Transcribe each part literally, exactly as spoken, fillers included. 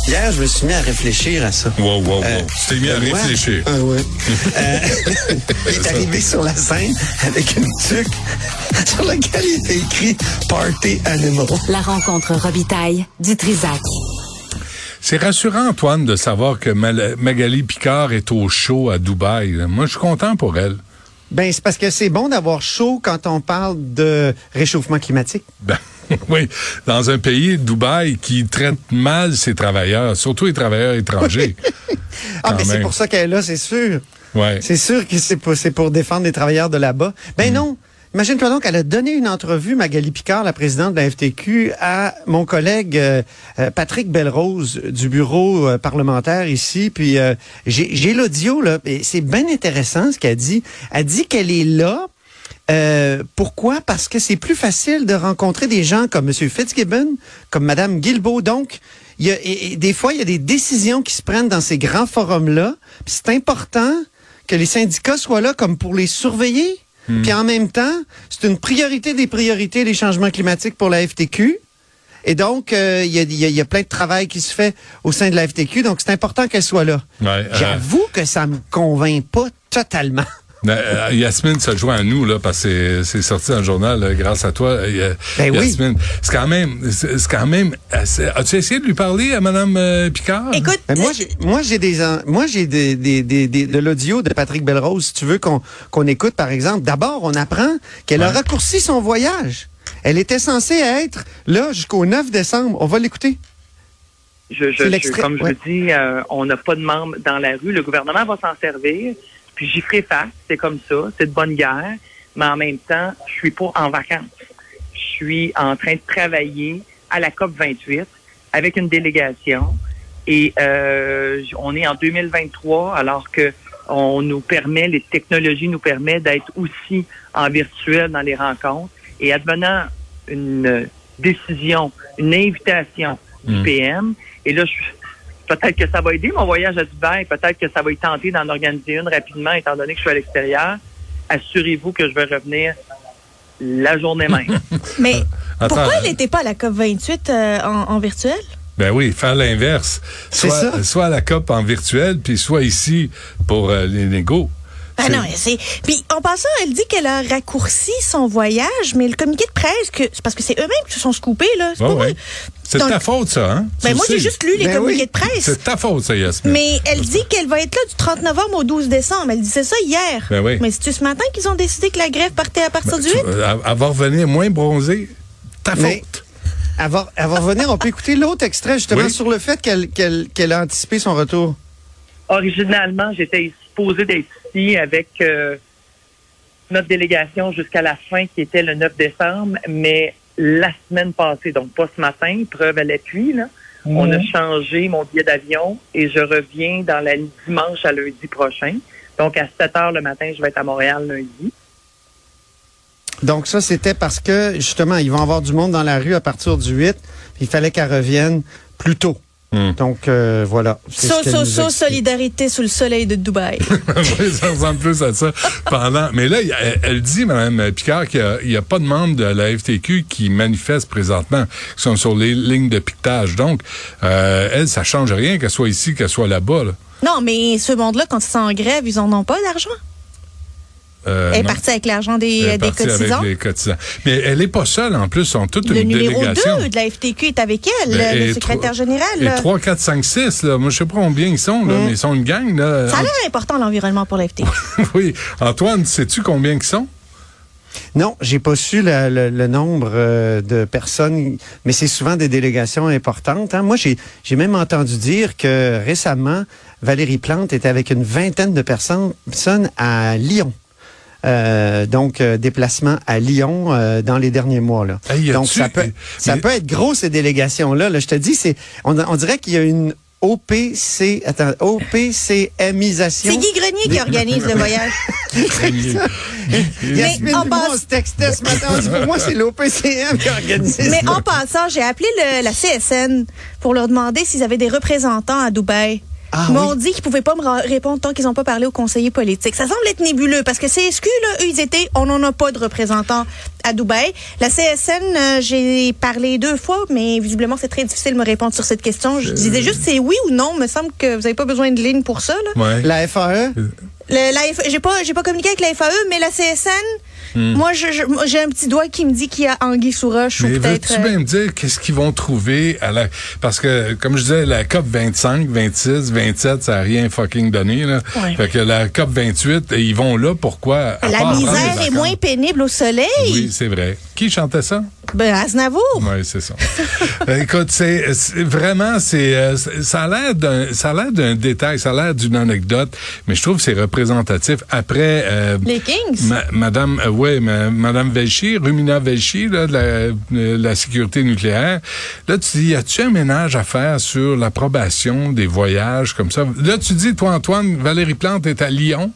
Hier, je me suis mis à réfléchir à ça. Wow, wow, wow. Euh, tu t'es mis à réfléchir. Ah ouais. euh, il est arrivé sur la scène avec une tuque sur laquelle il était écrit « Party Animal ». La rencontre Robitaille du Trisac. C'est rassurant, Antoine, de savoir que Mal- Magali Picard est au show à Dubaï. Moi, je suis content pour elle. Ben, c'est parce que c'est bon d'avoir chaud quand on parle de réchauffement climatique. Ben, oui, dans un pays, Dubaï, qui traite mal ses travailleurs, surtout les travailleurs étrangers. ah, mais même. c'est pour ça qu'elle est là, c'est sûr. Ouais. C'est sûr que c'est pour, c'est pour défendre les travailleurs de là-bas. Ben mm. non. Imagine-toi donc, elle a donné une entrevue, Magali Picard, la présidente de la F T Q, à mon collègue euh, Patrick Belrose du bureau euh, parlementaire ici. Puis euh, j'ai, j'ai l'audio, là, et c'est bien intéressant ce qu'elle dit. Elle dit qu'elle est là. Euh, pourquoi? Parce que c'est plus facile de rencontrer des gens comme M. Fitzgibbon, comme Mme Guilbeault. Donc, il y a, et, et des fois, il y a des décisions qui se prennent dans ces grands forums-là. Puis c'est important que les syndicats soient là comme pour les surveiller. Hmm. Puis en même temps, c'est une priorité des priorités, les changements climatiques pour la F T Q. Et donc, il euh, y, a, y, a, y a plein de travail qui se fait au sein de la F T Q. Donc, c'est important qu'elle soit là. Ouais, euh... J'avoue que ça me convainc pas totalement. Euh, Yasmine se joint à nous, là, parce que c'est, c'est sorti dans le journal, là, grâce à toi. Euh, ben Yasmine. Oui. C'est quand même, c'est, c'est quand même, assez... As-tu essayé de lui parler à Mme euh, Picard? Écoute. Ben moi, j'ai, moi, j'ai des, moi, j'ai des, des, des, des, de l'audio de Patrick Belrose. Si tu veux qu'on, qu'on écoute, par exemple. D'abord, on apprend qu'elle ouais. a raccourci son voyage. Elle était censée être là jusqu'au neuf décembre. On va l'écouter. Je, je, je, comme je ouais. vous dis, euh, on n'a pas de membres dans la rue. Le gouvernement va s'en servir. Puis j'y ferai face, c'est comme ça, c'est de bonne guerre, mais en même temps, je suis pas en vacances. Je suis en train de travailler à la C O P vingt-huit avec une délégation et euh, on est en deux mille vingt-trois alors que on nous permet, les technologies nous permettent d'être aussi en virtuel dans les rencontres et advenant une décision, une invitation du mmh. P M, et là je suis peut-être que ça va aider mon voyage à Dubaï, peut-être que ça va y tenter d'en organiser une rapidement, étant donné que je suis à l'extérieur. Assurez-vous que je vais revenir la journée même. Mais Attends, pourquoi elle n'était pas à la C O P vingt-huit euh, en, en virtuel? Ben oui, faire l'inverse. Soit, C'est ça. soit à la C O P en virtuel, puis soit ici pour euh, les négos. Ah non, c'est. Puis en passant, elle dit qu'elle a raccourci son voyage, mais le communiqué de presse, que c'est parce que c'est eux-mêmes qui se sont scoopés là. C'est oh, pas ouais. moi. C'est Donc, ta faute, ça, hein? Ben moi, j'ai juste lu les ben communiqués oui. de presse. C'est ta faute, ça, Yasmine. Mais elle dit qu'elle va être là du trente novembre au douze décembre. Elle disait ça hier. Ben oui. Mais c'est-tu ce matin qu'ils ont décidé que la grève partait à partir ben, du huit? Elle va revenir moins bronzée. Ta mais, faute. Elle va, elle va revenir. On peut écouter l'autre extrait, justement, oui. sur le fait qu'elle, qu'elle, qu'elle a anticipé son retour. Originalement, j'étais supposée d'être ici avec euh, notre délégation jusqu'à la fin, qui était le neuf décembre, mais la semaine passée, donc pas ce matin, preuve à l'appui, là, mmh. on a changé mon billet d'avion et je reviens dans la dimanche à lundi prochain. Donc, à sept heures le matin, je vais être à Montréal lundi. Donc, ça, c'était parce que, justement, ils vont avoir du monde dans la rue à partir du huit. Il fallait qu'elle revienne plus tôt. Mmh. Donc, euh, voilà. So, so, so, solidarité sous le soleil de Dubaï. Oui, ça ressemble plus à ça. Pendant, mais là, elle, elle dit, Mme Picard, qu'il n'y a, a pas de membres de la F T Q qui manifestent présentement, qui sont sur les lignes de piquetage. Donc, euh, elle, ça change rien qu'elle soit ici, qu'elle soit là-bas. Là. Non, mais ce monde-là, quand ils sont en grève, ils n'en ont pas d'argent. Euh, elle est partie avec l'argent des, des cotisants. Avec les cotisants. Mais elle n'est pas seule, en plus, ils sont toutes le une délégation. Le numéro deux de la F T Q est avec elle, ben, le secrétaire général. Et trois, quatre, cinq, six, là, moi je sais pas combien ils sont, là, mmh. mais ils sont une gang. Là. Ça a l'air important, l'environnement, pour la F T Q. Oui. Antoine, sais-tu combien ils sont? Non, j'ai pas su le, le, le nombre euh, de personnes, mais c'est souvent des délégations importantes. Hein. Moi, j'ai, j'ai même entendu dire que récemment, Valérie Plante était avec une vingtaine de personnes, personnes à Lyon. Euh, donc, euh, déplacement à Lyon euh, dans les derniers mois. Là. Hey, donc, ça, peut, ça mais... peut être gros, ces délégations-là. Là. Je te dis, c'est, on, on dirait qu'il y a une O P C, attends, O P C M-isation. C'est Guy Grenier qui organise le voyage. Yasmine, en moi, on se textait ce matin. Pour moi, c'est l'O P C M qui organise. Mais en passant, j'ai appelé le, la C S N pour leur demander s'ils avaient des représentants à Dubaï. Ah, Ils m'ont oui. dit qu'ils pouvaient pas me ra- répondre tant qu'ils n'ont pas parlé aux conseillers politiques. Ça semble être nébuleux parce que C S Q, là, eux, ils étaient, on n'en a pas de représentants à Dubaï. La C S N, euh, j'ai parlé deux fois, mais visiblement, c'est très difficile de me répondre sur cette question. Je disais juste c'est oui ou non. Il me semble que vous n'avez pas besoin de ligne pour ça, là. Ouais. La F A E? Le- la F- j'ai pas, j'ai pas communiqué avec la F A E, mais la C S N, Hmm. moi, je, je- moi, j'ai un petit doigt qui me dit qu'il y a anguille sous roche ou Mais peut-être. veux-tu bien me dire qu'est-ce qu'ils vont trouver à la... Parce que, comme je disais, la COP vingt-cinq, vingt-six, vingt-sept, ça n'a rien fucking donné, là. Ouais. Fait que la COP vingt-huit, ils vont là, pourquoi? À La part prendre misère des est vacances. moins pénible au soleil. Oui, c'est vrai. Qui chantait ça? Ben, Aznavour. Oui, c'est ça. Euh, Écoute, c'est, c'est vraiment, c'est, euh, c'est- ça a l'air d'un, ça a l'air d'un détail, ça a l'air d'une anecdote, mais je trouve que c'est représentatif. Après, euh, Les Kings. ma- Madame, euh, ouais, ma- Madame Velchi, Rumina Velchi, là, de la, de la sécurité nucléaire. Là, tu dis, y a-tu un ménage à faire sur l'approbation des voyages comme ça? Là, tu dis, toi, Antoine, Valérie Plante est à Lyon.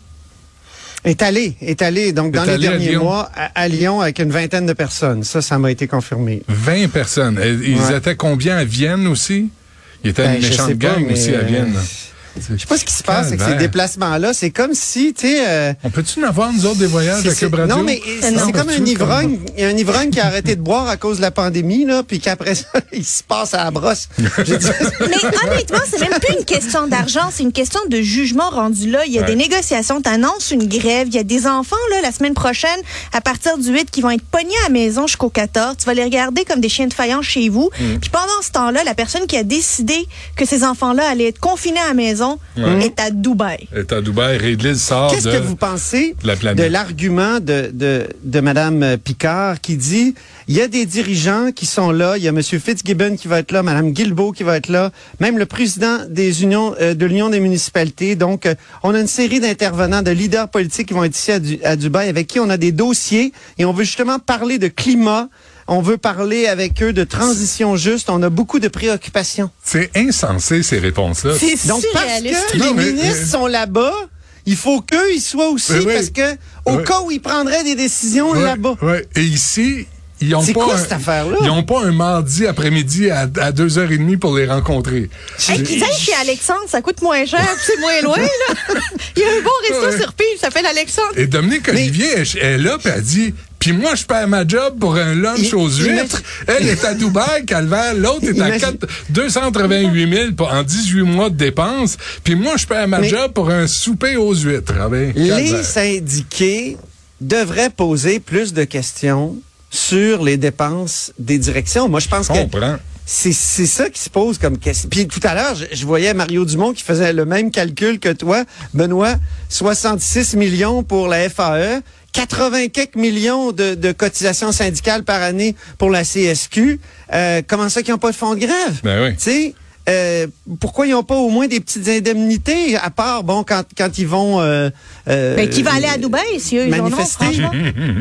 Est allé, est allé, donc dans Est les allé à derniers Lyon. mois, à, à Lyon, avec une vingtaine de personnes. Ça, ça m'a été confirmé. vingt personnes. Et- Ils Ouais. étaient combien à Vienne aussi? Il était Ben, une je méchante sais pas, gang mais, aussi à euh, Vienne. Je sais pas ce qui se passe avec ces Calvaire. déplacements-là. C'est comme si, tu sais... euh, On peut-tu en avoir, nous autres, des voyages c'est- à Cube Radio? non, mais c'est Non, c'est comme parce un que- ivrogne. Il y a un ivrogne qui a arrêté de boire à cause de la pandémie, là, puis qu'après ça, il se passe à la brosse. Je dis- Mais honnêtement, c'est même plus une question d'argent, c'est une question de jugement rendu là. Il y a Ouais. des négociations, t'annonces une grève, il y a des enfants là la semaine prochaine à partir du huit qui vont être pognés à la maison jusqu'au quatorze. Tu vas les regarder comme des chiens de faïence chez vous. Mm. Puis pendant ce temps-là, la personne qui a décidé que ces enfants-là allaient être confinés à la maison Ouais. est à Dubaï. est à Dubaï, Red sort Qu'est-ce de... que vous pensez de la planète. de l'argument de, de, de Mme Picard qui dit il y a des dirigeants qui sont là, il y a M. Fitzgibbon qui va être là, Mme Guilbeault qui va être là, même le président des unions euh, de l'Union des municipalités. Donc, euh, on a une série d'intervenants, de leaders politiques qui vont être ici à, du, à Dubaï, avec qui on a des dossiers et on veut justement parler de climat. On veut parler avec eux de transition juste. On a beaucoup de préoccupations. C'est insensé, ces réponses-là. C'est Donc, parce surréaliste. que Non, les mais- ministres sont là-bas, il faut qu'eux y soient aussi, Oui, oui. parce que au Oui. cas où ils prendraient des décisions Ouais, là-bas. ouais. Et ici, ils ont C'est pas quoi un- cette affaire-là? Ils n'ont pas un mardi après-midi à, à deux heures trente pour les rencontrer. Hey, qu'ils aillent chez Alexandre, ça coûte moins cher, puis c'est moins loin, là. Il y a un bon resto Ouais. sur Pile, ça s'appelle Alexandre. Et Dominique Mais- Olivier elle, elle est là, puis elle dit... Puis moi, je perds ma job pour un lunch Il- aux imagine- huîtres. Elle est à Dubaï, Calvaire. L'autre est à Imagine- quatre- deux cent quatre-vingt-huit mille pour, en dix-huit mois de dépenses. Puis moi, je perds ma Mais- job pour un souper aux huîtres. Ah ben, Les calvaire. syndiqués devraient poser plus de questions sur les dépenses des directions. Moi, je pense Je que comprends. c'est c'est ça qui se pose comme question. Puis tout à l'heure, je, je voyais Mario Dumont qui faisait le même calcul que toi, Benoît, soixante-six millions pour la F A E, quatre-vingts quelques millions de, de cotisations syndicales par année pour la C S Q. Euh, comment ça qu'ils n'ont pas de fonds de grève? Ben oui. Tu sais, euh, pourquoi ils n'ont pas au moins des petites indemnités, à part, bon, quand, quand ils vont... Euh, euh, Ben, qui va aller à Dubaï, si eux, ils en ont, manifester. franchement?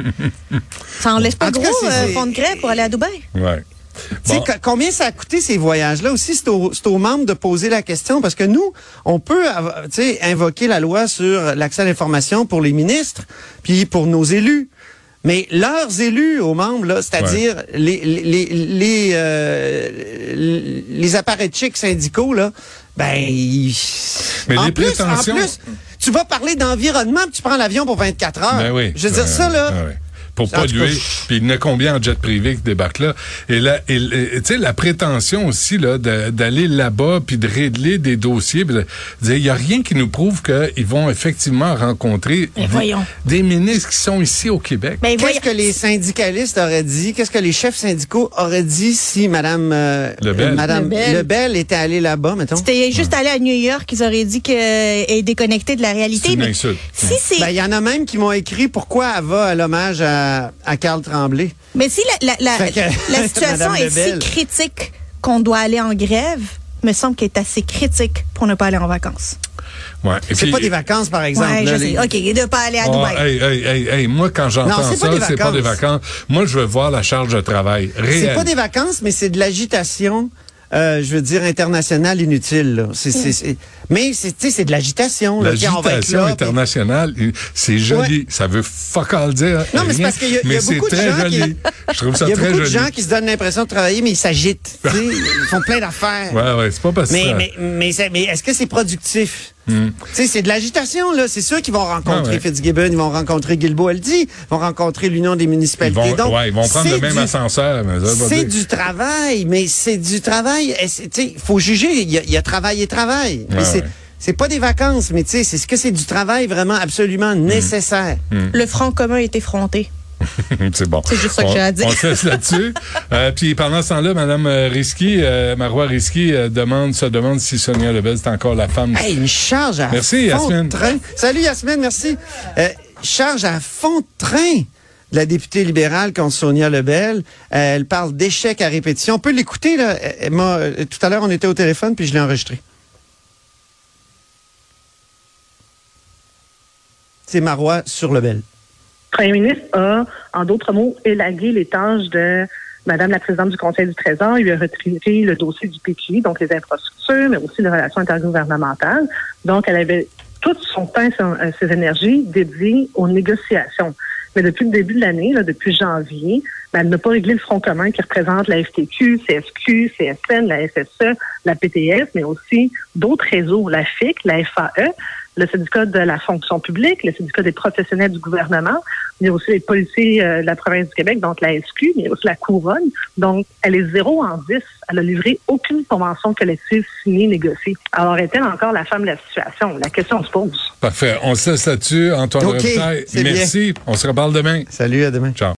Ça en laisse pas En tout gros, cas, c'est- euh, fonds de grève pour aller à Dubaï. Ouais. Tu sais, Bon. co- combien ça a coûté ces voyages-là aussi? C'est aux, c'est aux membres de poser la question parce que nous, on peut avoir- tu sais, invoquer la loi sur l'accès à l'information pour les ministres puis pour nos élus. Mais leurs élus aux membres, là, c'est-à-dire les, les, les, les, euh, les apparatchiks syndicaux, là, ben, ils- Mais en les plus, prétentions- en plus, tu vas parler d'environnement puis tu prends l'avion pour vingt-quatre heures. Ben oui. Je veux dire, Ben ça, oui. là, Ben oui. Pour En tout polluer. cas, Puis il y en a combien en jet privé qui débarquent là? Et là, et, et, tu sais, la prétention aussi là de- d'aller là-bas puis de régler des dossiers, puis de dire, il y a rien qui nous prouve qu'ils vont effectivement rencontrer Mais des, voyons. des ministres qui sont ici au Québec. Ben, qu'est-ce voyons. que les syndicalistes auraient dit? Qu'est-ce que les chefs syndicaux auraient dit si Madame euh, Lebel. euh, Madame Lebel. Lebel était allée là-bas, mettons? C'était juste aller à New York, ils auraient dit qu'elle est déconnectée de la réalité. C'est une Mais insulte. si c'est, Ben, il y en a même qui m'ont écrit pourquoi elle va à l'hommage à, à Carl Tremblay. mais si la, la, la, Fait que- la situation Madame est si Lebel. critique qu'on doit aller en grève, me semble qu'elle est assez critique pour ne pas aller en vacances. Ouais. Et C'est puis- pas des vacances, par exemple. Ouais, là, je les- sais. OK, de ne pas aller à Oh, Dubaï. hey, hey, hey, hey, moi, quand j'entends Non, c'est ça, pas des c'est pas des vacances. vacances. Moi, je veux voir la charge de travail C'est réelle. pas des vacances, mais c'est de l'agitation euh, je veux dire, internationale inutile. Là. C'est, c'est, c'est... Mais c'est, c'est de l'agitation. L'agitation là, internationale, puis... c'est joli. Ouais. Ça veut fuck all dire. Non, mais c'est parce qu'il y a, mais y a beaucoup de gens joli. qui... Je trouve ça très joli. Il y a beaucoup joli. de gens qui se donnent l'impression de travailler, mais ils s'agitent. Ils font plein d'affaires. Ouais, ouais, c'est pas possible. Mais, mais, mais, mais, mais est-ce que c'est productif? Mm. Tu sais, c'est de l'agitation, là. C'est sûr qu'ils vont rencontrer ah ouais. Fitzgibbon, ils vont rencontrer Guilbeault-Eldy, ils vont rencontrer l'Union des municipalités. Ils vont, Donc, ouais, ils vont prendre le même du, ascenseur. Mais ça c'est du travail, mais c'est du travail. Tu sais, il faut juger. Il y, a, il y a travail et travail. Ah c'est, ouais. c'est pas des vacances, mais tu sais, c'est ce que c'est du travail vraiment absolument mm. nécessaire. Mm. Le front commun est effronté. C'est bon. C'est juste ça que on, j'ai à dire. On se laisse là-dessus. euh, puis pendant ce temps-là, Mme Risky, euh, Marois Risky, euh, demande, se demande si Sonia Lebel est encore la femme. Hey, une charge à merci, fond Yasmine. de train. Salut Yasmine, merci. Euh, charge à fond de train de la députée libérale contre Sonia Lebel. Euh, elle parle d'échec à répétition. On peut l'écouter, là. Elle m'a, euh, tout à l'heure, on était au téléphone, puis je l'ai enregistré. C'est Marois sur Lebel. Le premier ministre a, en d'autres mots, élagué les tâches de Madame la présidente du Conseil du Trésor. Il lui a retiré le dossier du P Q I, donc les infrastructures, mais aussi les relations intergouvernementales. Donc, elle avait tout son temps, ses, ses énergies dédiées aux négociations. Mais depuis le début de l'année, là, depuis janvier, ben, elle n'a pas réglé le Front commun qui représente la F T Q, C S Q, C S N, la S S E, la P T S, mais aussi d'autres réseaux, la F I C, la F A E, le syndicat de la fonction publique, le syndicat des professionnels du gouvernement. Il y a aussi les policiers euh, de la province du Québec, donc la S Q, mais il y a aussi la Couronne. Donc, elle est zéro en dix. Elle a livré aucune convention collective signée, négociée. Alors, est-elle encore la femme de la situation? La question se pose. Parfait. On se laisse là-dessus. Antoine okay, Robitaille, merci. Bien. On se reparle demain. Salut, à demain. Ciao.